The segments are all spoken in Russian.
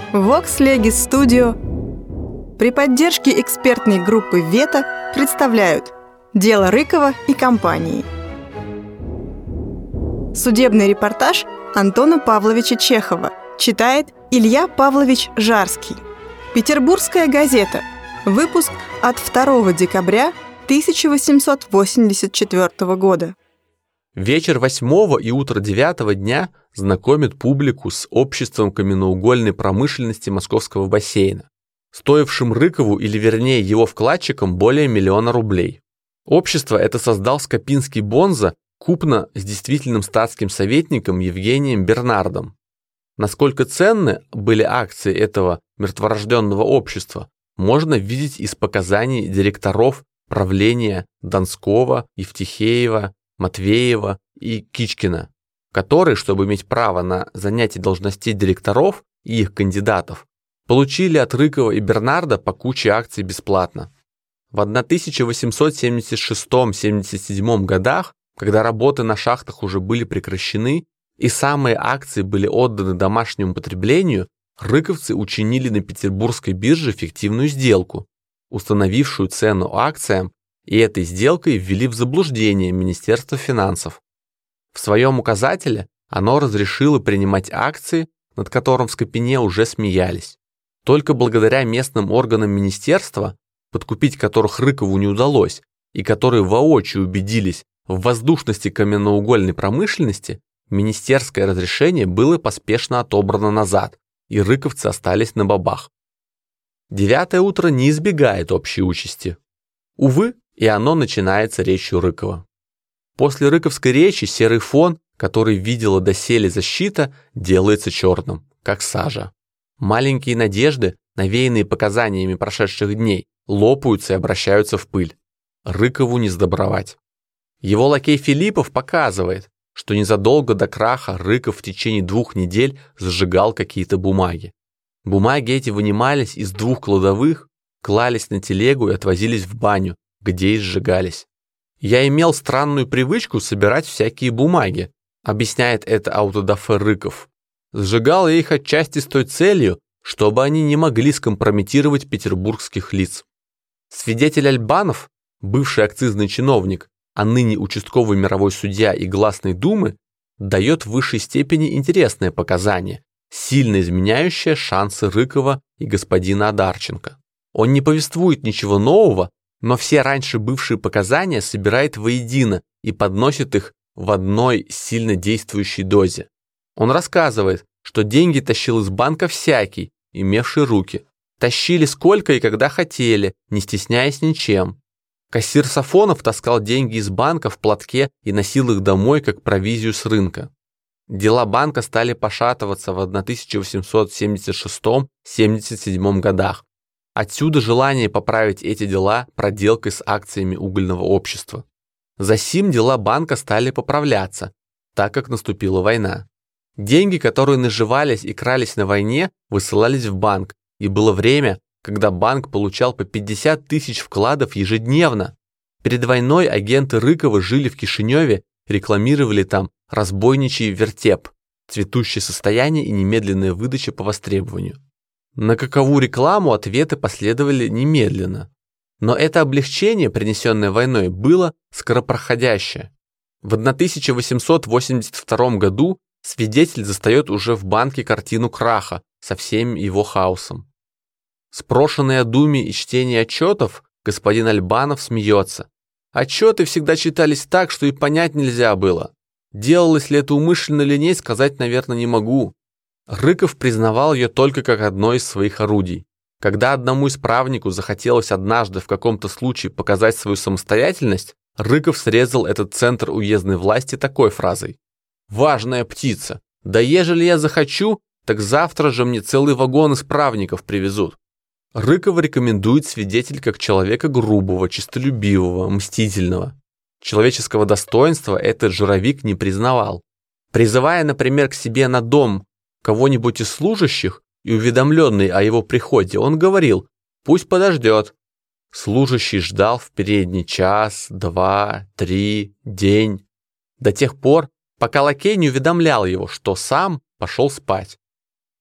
Vox Legis Studio при поддержке экспертной группы «Вета» представляют «Дело Рыкова и компании». Судебный репортаж Антона Павловича Чехова. Читает Илья Павлович Жарский. Петербургская газета. Выпуск от 2 декабря 1884 года. Вечер 8 и утро 9 дня знакомят публику с обществом каменноугольной промышленности Московского бассейна, стоившим Рыкову, или вернее его вкладчикам, более 1 000 000 рублей. Общество это создал скопинский бонза купно с действительным статским советником Евгением Бернардом. Насколько ценны были акции этого мертворожденного общества, можно видеть из показаний директоров правления Донского, Евтихеева, Матвеева и Кичкина, которые, чтобы иметь право на занятие должностей директоров и их кандидатов, получили от Рыкова и Бернарда по куче акций бесплатно. В 1876-77 годах, когда работы на шахтах уже были прекращены и самые акции были отданы домашнему потреблению, рыковцы учинили на Петербургской бирже фиктивную сделку, установившую цену акциям, и этой сделкой ввели в заблуждение Министерство финансов. В своем указателе оно разрешило принимать акции, над которым в Скопине уже смеялись. Только благодаря местным органам министерства, подкупить которых Рыкову не удалось, и которые воочию убедились в воздушности каменноугольной промышленности, министерское разрешение было поспешно отобрано назад, и рыковцы остались на бабах. 9 утро не избегает общей участи. Увы, и оно начинается речью Рыкова. После рыковской речи серый фон, который видела доселе защита, делается черным, как сажа. Маленькие надежды, навеянные показаниями прошедших дней, лопаются и обращаются в пыль. Рыкову не сдобровать. Его лакей Филиппов показывает, что незадолго до краха Рыков в течение 2 недель сжигал какие-то бумаги. Бумаги эти вынимались из 2 кладовых, клались на телегу и отвозились в баню, где и сжигались. «Я имел странную привычку собирать всякие бумаги», объясняет это аутодафе Рыков. «Сжигал я их отчасти с той целью, чтобы они не могли скомпрометировать петербургских лиц». Свидетель Альбанов, бывший акцизный чиновник, а ныне участковый мировой судья и гласной думы, дает в высшей степени интересное показание, сильно изменяющее шансы Рыкова и господина Одарченко. Он не повествует ничего нового, но все раньше бывшие показания собирает воедино и подносит их в одной сильно действующей дозе. Он рассказывает, что деньги тащил из банка всякий, имевший руки. Тащили сколько и когда хотели, не стесняясь ничем. Кассир Сафонов таскал деньги из банка в платке и носил их домой, как провизию с рынка. Дела банка стали пошатываться в 1876-77 годах. Отсюда желание поправить эти дела проделкой с акциями угольного общества. Засим дела банка стали поправляться, так как наступила война. Деньги, которые наживались и крались на войне, высылались в банк, и было время, когда банк получал по 50 000 вкладов ежедневно. Перед войной агенты Рыкова жили в Кишиневе, рекламировали там разбойничий вертеп, цветущее состояние и немедленная выдача по востребованию. На каковую рекламу ответы последовали немедленно. Но это облегчение, принесенное войной, было скоропроходящее. В 1882 году свидетель застает уже в банке картину краха со всем его хаосом. Спрошенный о Думе и чтении отчетов, господин Альбанов смеется. Отчеты всегда читались так, что и понять нельзя было. Делалось ли это умышленно или нет, сказать, наверное, не могу. Рыков признавал ее только как одно из своих орудий. Когда одному исправнику захотелось однажды в каком-то случае показать свою самостоятельность, Рыков срезал этот центр уездной власти такой фразой: «Важная птица, да ежели я захочу, так завтра же мне целый вагон исправников привезут». Рыкова рекомендует свидетель как человека грубого, честолюбивого, мстительного. Человеческого достоинства этот жировик не признавал. Призывая, например, к себе на дом кого-нибудь из служащих и уведомленный о его приходе, он говорил: «Пусть подождет». Служащий ждал в передний час, 2, 3, день, до тех пор, пока лакей не уведомлял его, что сам пошел спать.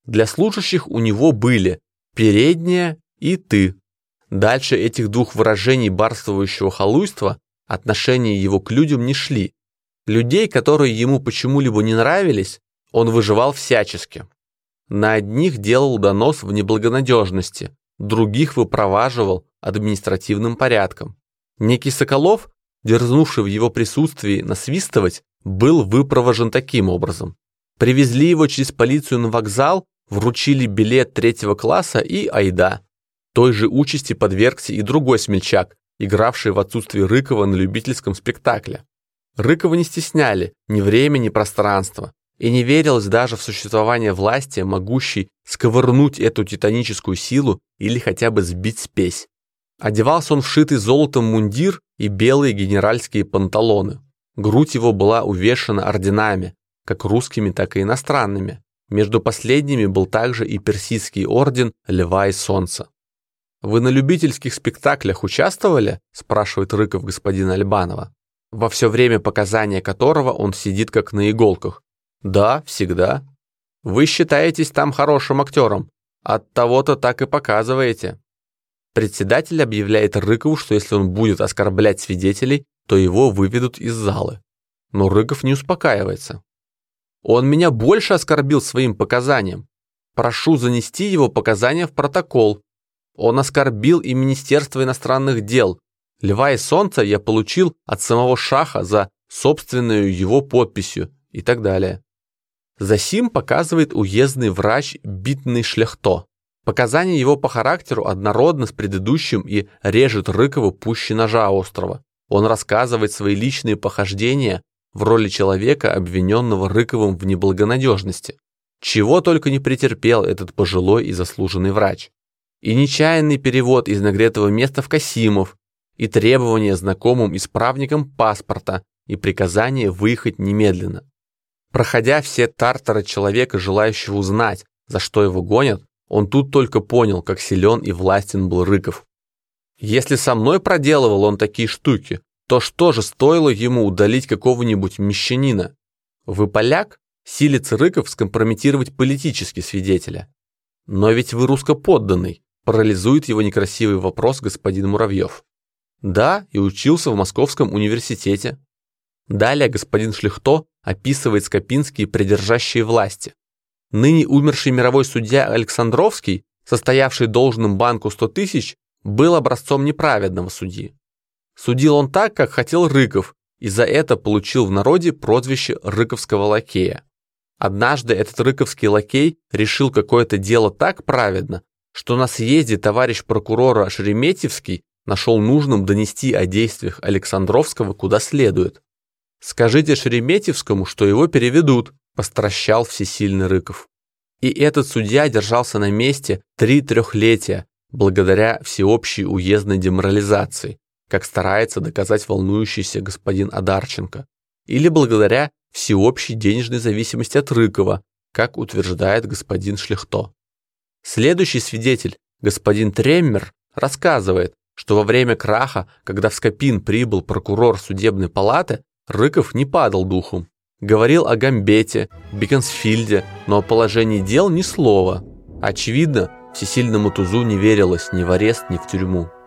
Для служащих у него были «передняя» и «ты». Дальше этих двух выражений барствующего халуйства отношения его к людям не шли. Людей, которые ему почему-либо не нравились, он выживал всячески. На одних делал донос в неблагонадежности, других выпроваживал административным порядком. Некий Соколов, дерзнувший в его присутствии насвистывать, был выпровожен таким образом. Привезли его через полицию на вокзал, вручили билет 3-го класса и айда. Той же участи подвергся и другой смельчак, игравший в отсутствие Рыкова на любительском спектакле. Рыкова не стесняли ни время, ни пространство, и не верилось даже в существование власти, могущей сковырнуть эту титаническую силу или хотя бы сбить спесь. Одевался он в шитый золотом мундир и белые генеральские панталоны. Грудь его была увешана орденами, как русскими, так и иностранными. Между последними был также и персидский орден Льва и Солнца. «Вы на любительских спектаклях участвовали?» – спрашивает Рыков господина Альбанова, во все время показания которого он сидит как на иголках. «Да, всегда. Вы считаетесь там хорошим актером. От того-то так и показываете». Председатель объявляет Рыкову, что если он будет оскорблять свидетелей, то его выведут из залы. Но Рыков не успокаивается. «Он меня больше оскорбил своим показанием. Прошу занести его показания в протокол. Он оскорбил и Министерство иностранных дел. Льва и Солнца я получил от самого Шаха за собственную его подписью» и так далее. Засим показывает уездный врач Битный Шляхто. Показания его по характеру однородны с предыдущим и режет Рыкова пуще ножа острого. Он рассказывает свои личные похождения в роли человека, обвиненного Рыковым в неблагонадежности. Чего только не претерпел этот пожилой и заслуженный врач. И нечаянный перевод из нагретого места в Касимов, и требование знакомым исправникам паспорта, и приказание выехать немедленно. Проходя все тартары человека, желающего узнать, за что его гонят, он тут только понял, как силен и властен был Рыков. Если со мной проделывал он такие штуки, то что же стоило ему удалить какого-нибудь мещанина? Вы поляк? Силится Рыков скомпрометировать политически свидетеля. Но ведь вы русскоподданный, парализует его некрасивый вопрос господин Муравьев. Да, и учился в Московском университете. Далее господин Шляхто описывает скопинские придержащие власти. Ныне умерший мировой судья Александровский, состоявший должным банку 100 тысяч, был образцом неправедного судьи. Судил он так, как хотел Рыков, и за это получил в народе прозвище Рыковского лакея. Однажды этот рыковский лакей решил какое-то дело так праведно, что на съезде товарищ прокурора Шереметьевский нашел нужным донести о действиях Александровского куда следует. «Скажите Шереметьевскому, что его переведут», – постращал всесильный Рыков. И этот судья держался на месте 3 трехлетия, благодаря всеобщей уездной деморализации, как старается доказать волнующийся господин Одарченко, или благодаря всеобщей денежной зависимости от Рыкова, как утверждает господин Шляхто. Следующий свидетель, господин Треммер, рассказывает, что во время краха, когда в Скопин прибыл прокурор судебной палаты, Рыков не падал духом. Говорил о Гамбете, Беконсфильде, но о положении дел ни слова. Очевидно, всесильному Тузу не верилось ни в арест, ни в тюрьму.